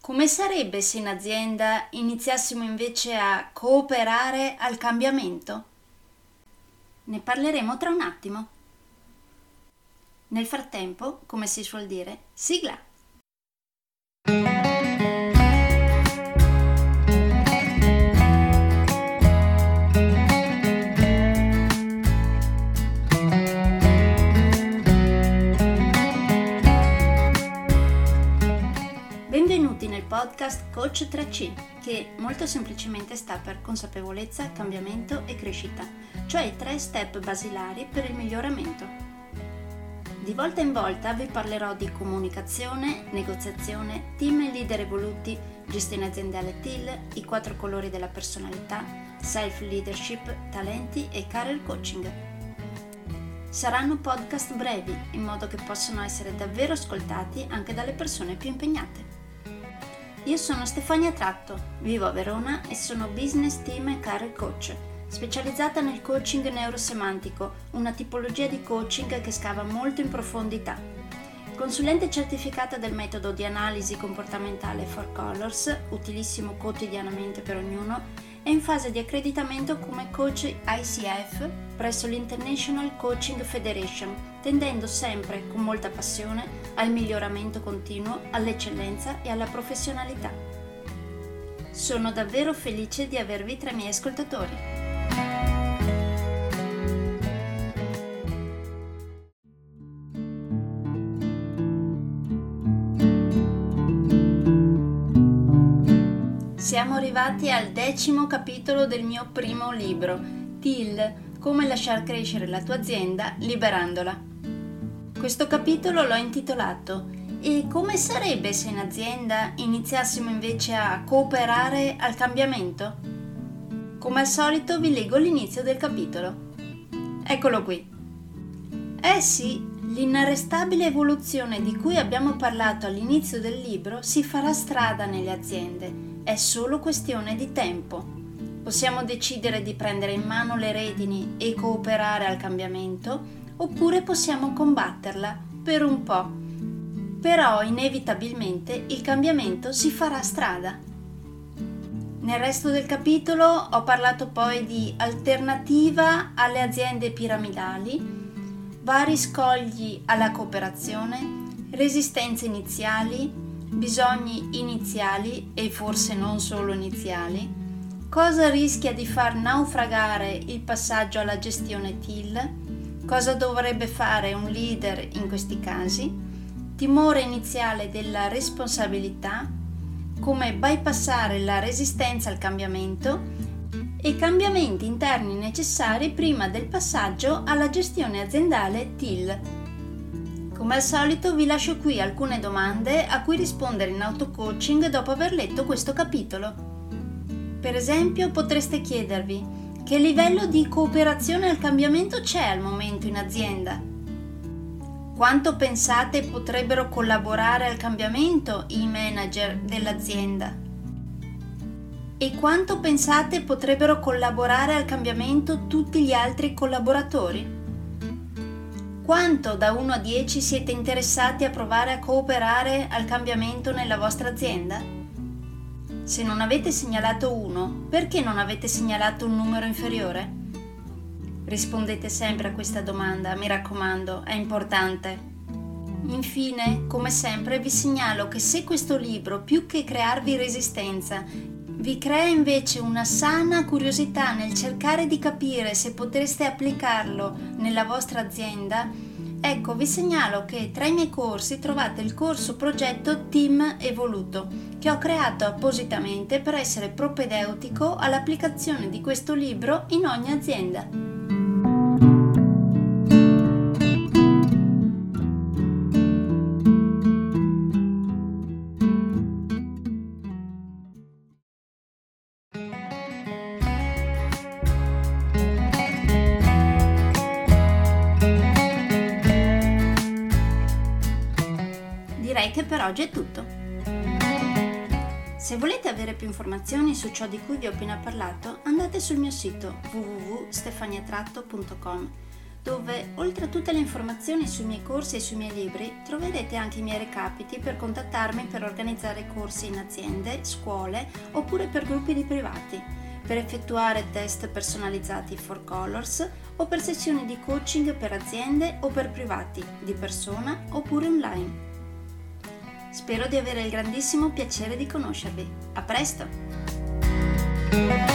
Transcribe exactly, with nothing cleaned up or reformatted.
Come sarebbe se in azienda iniziassimo invece a cooperare al cambiamento? Ne parleremo tra un attimo. Nel frattempo, come si suol dire, sigla! Benvenuti nel podcast Coach tre C, che molto semplicemente sta per consapevolezza, cambiamento e crescita, cioè i tre step basilari per il miglioramento. Di volta in volta vi parlerò di comunicazione, negoziazione, team e leader evoluti, gestione aziendale T I L, i quattro colori della personalità, self-leadership, talenti e career coaching. Saranno podcast brevi, in modo che possano essere davvero ascoltati anche dalle persone più impegnate. Io sono Stefania Tratto, vivo a Verona e sono business team e career coach, specializzata nel coaching neurosemantico, una tipologia di coaching che scava molto in profondità. Consulente certificata del metodo di analisi comportamentale Four Colors, utilissimo quotidianamente per ognuno, e in fase di accreditamento come coach I C F presso l'International Coaching Federation, tendendo sempre con molta passione al miglioramento continuo, all'eccellenza e alla professionalità. Sono davvero felice di avervi tra i miei ascoltatori. Siamo arrivati al decimo capitolo del mio primo libro, T I L, come lasciar crescere la tua azienda liberandola. Questo capitolo l'ho intitolato E come sarebbe se in azienda iniziassimo invece a cooperare al cambiamento? Come al solito vi leggo l'inizio del capitolo. Eccolo qui. Eh sì, l'inarrestabile evoluzione di cui abbiamo parlato all'inizio del libro si farà strada nelle aziende. È solo questione di tempo. Possiamo decidere di prendere in mano le redini e cooperare al cambiamento, oppure possiamo combatterla per un po'. Però inevitabilmente il cambiamento si farà strada. Nel resto del capitolo ho parlato poi di alternativa alle aziende piramidali, vari scogli alla cooperazione, resistenze iniziali, bisogni iniziali e forse non solo iniziali, cosa rischia di far naufragare il passaggio alla gestione T I L, cosa dovrebbe fare un leader in questi casi, timore iniziale della responsabilità, come bypassare la resistenza al cambiamento e cambiamenti interni necessari prima del passaggio alla gestione aziendale T I L. Come al solito vi lascio qui alcune domande a cui rispondere in auto-coaching dopo aver letto questo capitolo. Per esempio potreste chiedervi: che livello di cooperazione al cambiamento c'è al momento in azienda? Quanto pensate potrebbero collaborare al cambiamento i manager dell'azienda? E quanto pensate potrebbero collaborare al cambiamento tutti gli altri collaboratori? Quanto da uno a dieci siete interessati a provare a cooperare al cambiamento nella vostra azienda? Se non avete segnalato uno, perché non avete segnalato un numero inferiore? Rispondete sempre a questa domanda, mi raccomando, è importante. Infine, come sempre, vi segnalo che se questo libro, più che crearvi resistenza, vi crea invece una sana curiosità nel cercare di capire se potreste applicarlo nella vostra azienda, ecco, vi segnalo che tra i miei corsi trovate il corso progetto Team Evoluto, che ho creato appositamente per essere propedeutico all'applicazione di questo libro in ogni azienda. Direi che per oggi è tutto. Se volete avere più informazioni su ciò di cui vi ho appena parlato, andate sul mio sito w w w punto stefania tratto punto com. dove, oltre a tutte le informazioni sui miei corsi e sui miei libri, troverete anche i miei recapiti per contattarmi per organizzare corsi in aziende, scuole oppure per gruppi di privati, per effettuare test personalizzati for Colors o per sessioni di coaching per aziende o per privati, di persona oppure online. Spero di avere il grandissimo piacere di conoscervi. A presto!